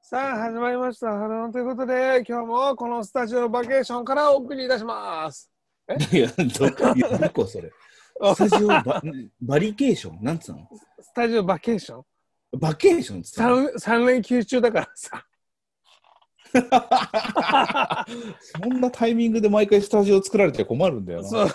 さあ、始まりました。ということで、今日もこのスタジオバケーションからお送りいたします。 どこそれ。スタジオバリケーションなんつうの？ スタジオバケーションバケーションっつったの？ 3連休中だからさ。 そんなタイミングで毎回スタジオ作られて困るんだよな。 そう。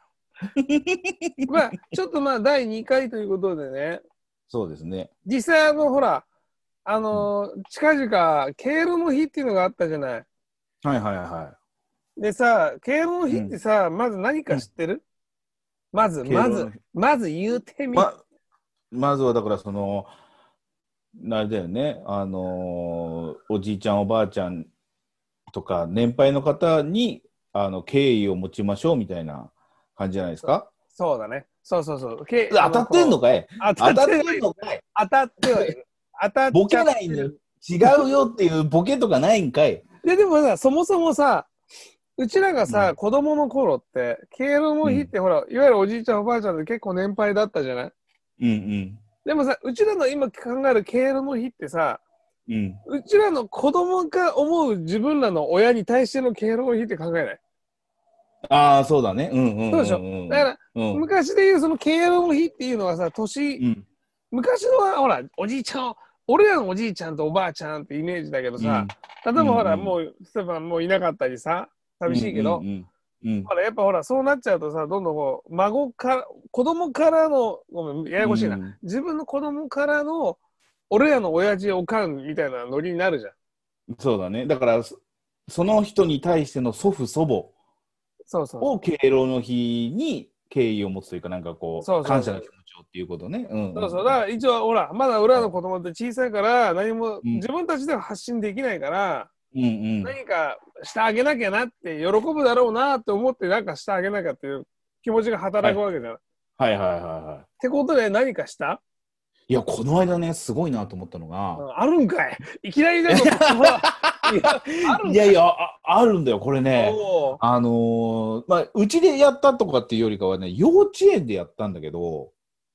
まあ、ちょっと第2回ということでね、 そうですね。 実際ほら、近々、敬老の日っていうのがあったじゃない。 はいはいはでさ、敬老のい。 日ってさ、まず何か知ってる？まず言うてみ。 まずはだからあれだよね。おじいちゃんおばあちゃんとか年配の方に敬意を持ちましょうみたいな感じじゃないですか。 そうだね。そう。 当たってんのかい？ 当たってんのかい？当たってはいる。 ボケないんだよ。違うよっていうボケとかないんかい。 でもさ、そもそもさ、うちらがさ、子供の頃って、敬老の日ってほら、いわゆるおじいちゃんおばあちゃんで結構年配だったじゃない？でもさ、うちらの今考える敬老の日ってさ、うちらの子供が思う自分らの親に対しての敬老の日って考えない？ ああ、そうだね。 そうでしょ。だから、昔でいうその敬老の日っていうのはさ、昔のはほら、おじいちゃん、俺らのおじいちゃんとおばあちゃんってイメージだけどさ、例えばほら、例えばもういなかったりさ、寂しいけど、ほら、やっぱほら、そうなっちゃうとさ、どんどん子供からの、ごめん、ややこしいな、自分の子供からの、俺らの親父おかんみたいなノリになるじゃん。 そうだね。だから、その人に対しての祖父、祖母を敬老の日に敬意を持つというか、なんかこう、感謝の気持ちをっていうことね。 だから一応、ほら、まだ俺らの子供って小さいから、何も自分たちでは発信できないから、何かしてあげなきゃなって喜ぶだろうなって思って何かしてあげなきゃっていう気持ちが働くわけじゃん。ってことで何かした？ いや、この間ね、すごいなと思ったのが。 あるんかい。いきなりだぞ。 いやいや、あるんだよ、これね。うちでやったとかっていうよりかはね、幼稚園でやったんだけど、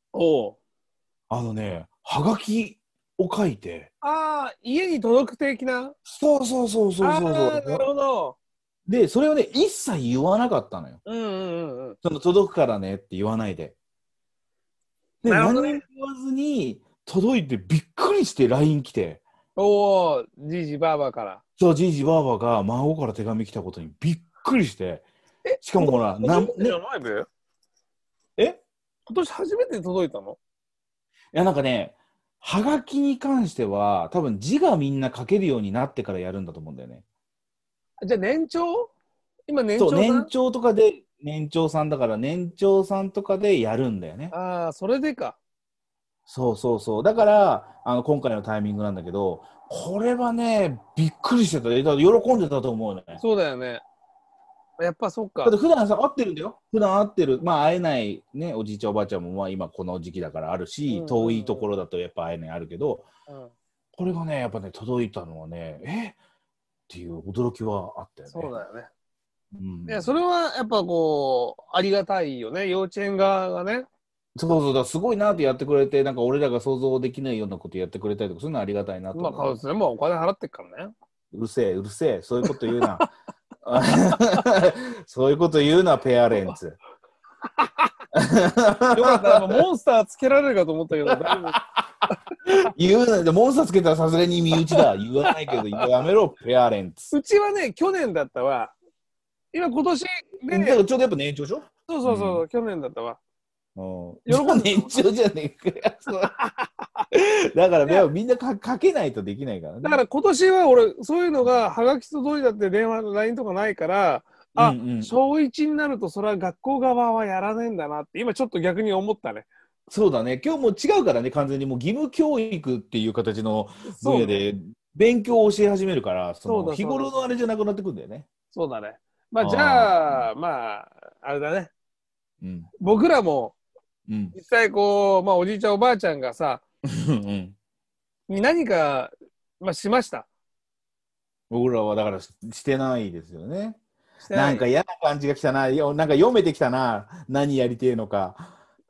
はがきを書いて。 家に届く的な？ そう。 なるほど。 で、それをね、一切言わなかったのよ。届くからねって言わないで。で、何も言わずに、届いてびっくりして LINE 来て。 じいじばあばから。 そう、じいじばあばが孫から手紙来たことにびっくりして。しかもほら、 今年初めて届いたの？ いや、なんかね、はがきに関しては、多分字がみんな書けるようになってからやるんだと思うんだよね。 じゃあ今年長さん？ そう、年長とかで、年長さんだから年長さんとかでやるんだよね。 それでか。 そう。だから、今回のタイミングなんだけど、これはね、びっくりしてた。喜んでたと思うね。 そうだよね。やっぱそっか。 だって普段さ、会ってるんだよ。普段会ってる。まあ会えないね、おじいちゃんおばあちゃんもまあ今この時期だからあるし、遠いところだとやっぱ会えないあるけど、これがね、やっぱね、届いたのはね、っていう驚きはあったよね。 そうだよね。いや、それはやっぱこう、ありがたいよね、幼稚園側がね。 そうだ、すごいなってやってくれて、なんか俺らが想像できないようなことやってくれたりとか、そういうのありがたいなと思う。 そうですね、もうお金払ってっからね。 うるせえ、そういうこと言うな。そういうこと言うな、ペアレンツ。よかった、モンスターつけられるかと思ったけど、大丈夫。 言うな、でモンスターつけたらさすがに身内だ。言わないけど、やめろ、ペアレンツ。 うちはね、去年だったわ。今年で。 ちょうどやっぱ年長でしょ？ そう、去年だったわ。 喜んで年長じゃねえかよ。だからみんな書けないとできないからね。 だから今年は俺、そういうのがはがき届いたって電話の LINE とかないから、小1になるとそれは学校側はやらねえんだなって今ちょっと逆に思ったね。 そうだね。今日も違うからね、完全にもう義務教育っていう形の分野で勉強を教え始めるから、その日頃のあれじゃなくなってくるんだよね。 そうだね。じゃあ、あれだね。僕らも、実際こう、おじいちゃんおばあちゃんがさ、に何か、しました。 僕らはだからしてないですよね。なんか嫌な感じが来たな。なんか読めてきたな。何やりてえのか。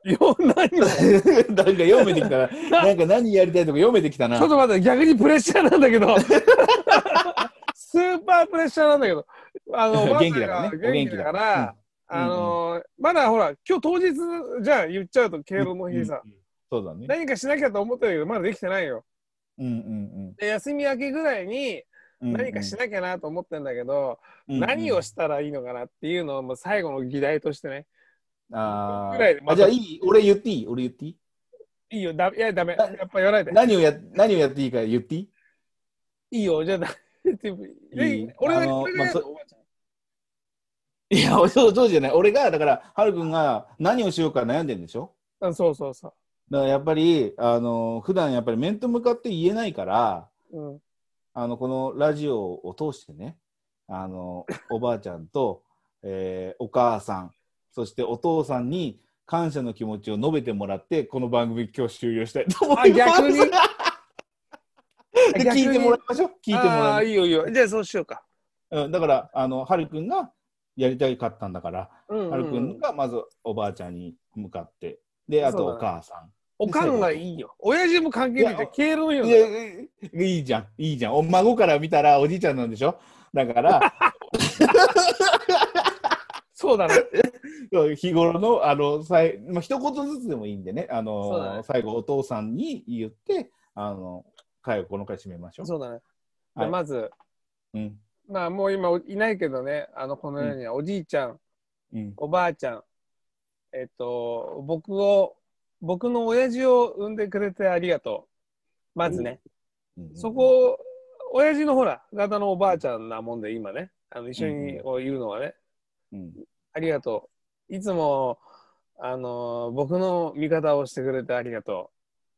何もなんか読めてきたな。なんか何やりたいとか読めてきたな。 ちょっと待って、逆にプレッシャーなんだけど。スーパープレッシャーなんだけど。 元気だからね。 元気だから、まだほら、今日当日じゃあ言っちゃうと、敬老の日さ、 そうだね。 何かしなきゃと思ってるけど、まだできてないよ。で、休み明けぐらいに何かしなきゃなと思ってんだけど、何をしたらいいのかなっていうのをもう最後の議題としてね。 じゃあいい？俺言っていい？ いいよ、いや、ダメ。やっぱ言わないで。 何をやっていいか言っていい？ いいよ、じゃあ、俺がおばあちゃん。 いや、そうじゃない。俺が、だから、はるくんが何をしようか悩んでるんでしょ？ そうそうそう。 だからやっぱり、普段やっぱり面と向かって言えないから、このラジオを通してね、おばあちゃんと、お母さん、そしてお父さんに感謝の気持ちを述べてもらって、この番組今日終了したいと思います。 逆にで聞いてもらいましょう。聞いてもらいいいよいいよ。じゃあそうしようか。 だから、はるくんがやりたかったんだから、はるくんがまずおばあちゃんに向かって、で、あとお母さん。 おかんがいいよ。親父も関係ないじゃん。敬老の日いいじゃん、いいじゃん。お孫から見たらおじいちゃんなんでしょ？だから、 そうだね。 日頃の、一言ずつでもいいんでね、最後お父さんに言って、この回締めましょう。 そうだね。まず、まあもう今いないけどね、この世にはおじいちゃん、おばあちゃん、僕の親父を産んでくれてありがとう。まずね。そこ、親父のほら、方のおばあちゃんなもんで今ね、一緒にいるのはね、ありがとう。いつも、僕の味方をしてくれてありがと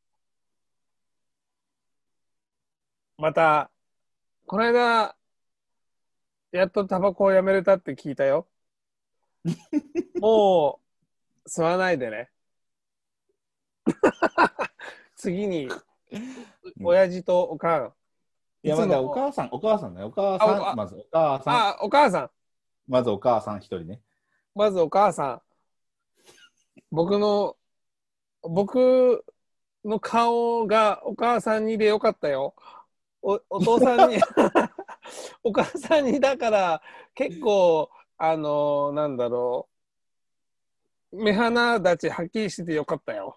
う。また、この間、やっとタバコをやめれたって聞いたよ。もう、吸わないでね。次に、親父とお母さん。 いや、まだお母さんね。お母さん、まずお母さん。 お母さん。 まずお母さん一人ね。 まずお母さん。僕の顔がお母さんにでよかったよ。お父さんに、お母さんにだから結構、なんだろう、目鼻立ちはっきりしててよかったよ。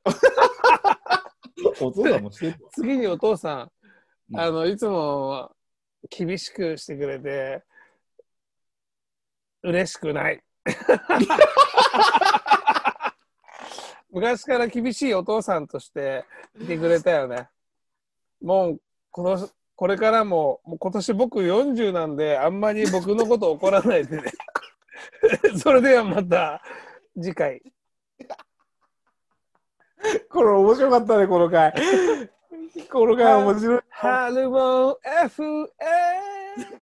お父さんもしてる。 次にお父さん、いつも厳しくしてくれて、嬉しくない。昔から厳しいお父さんとしていてくれたよね。もうこれからもう今年僕40なんで、あんまり僕のこと怒らないでね。それではまた次回。 これ面白かったね、この回。この回面白い。 春も FA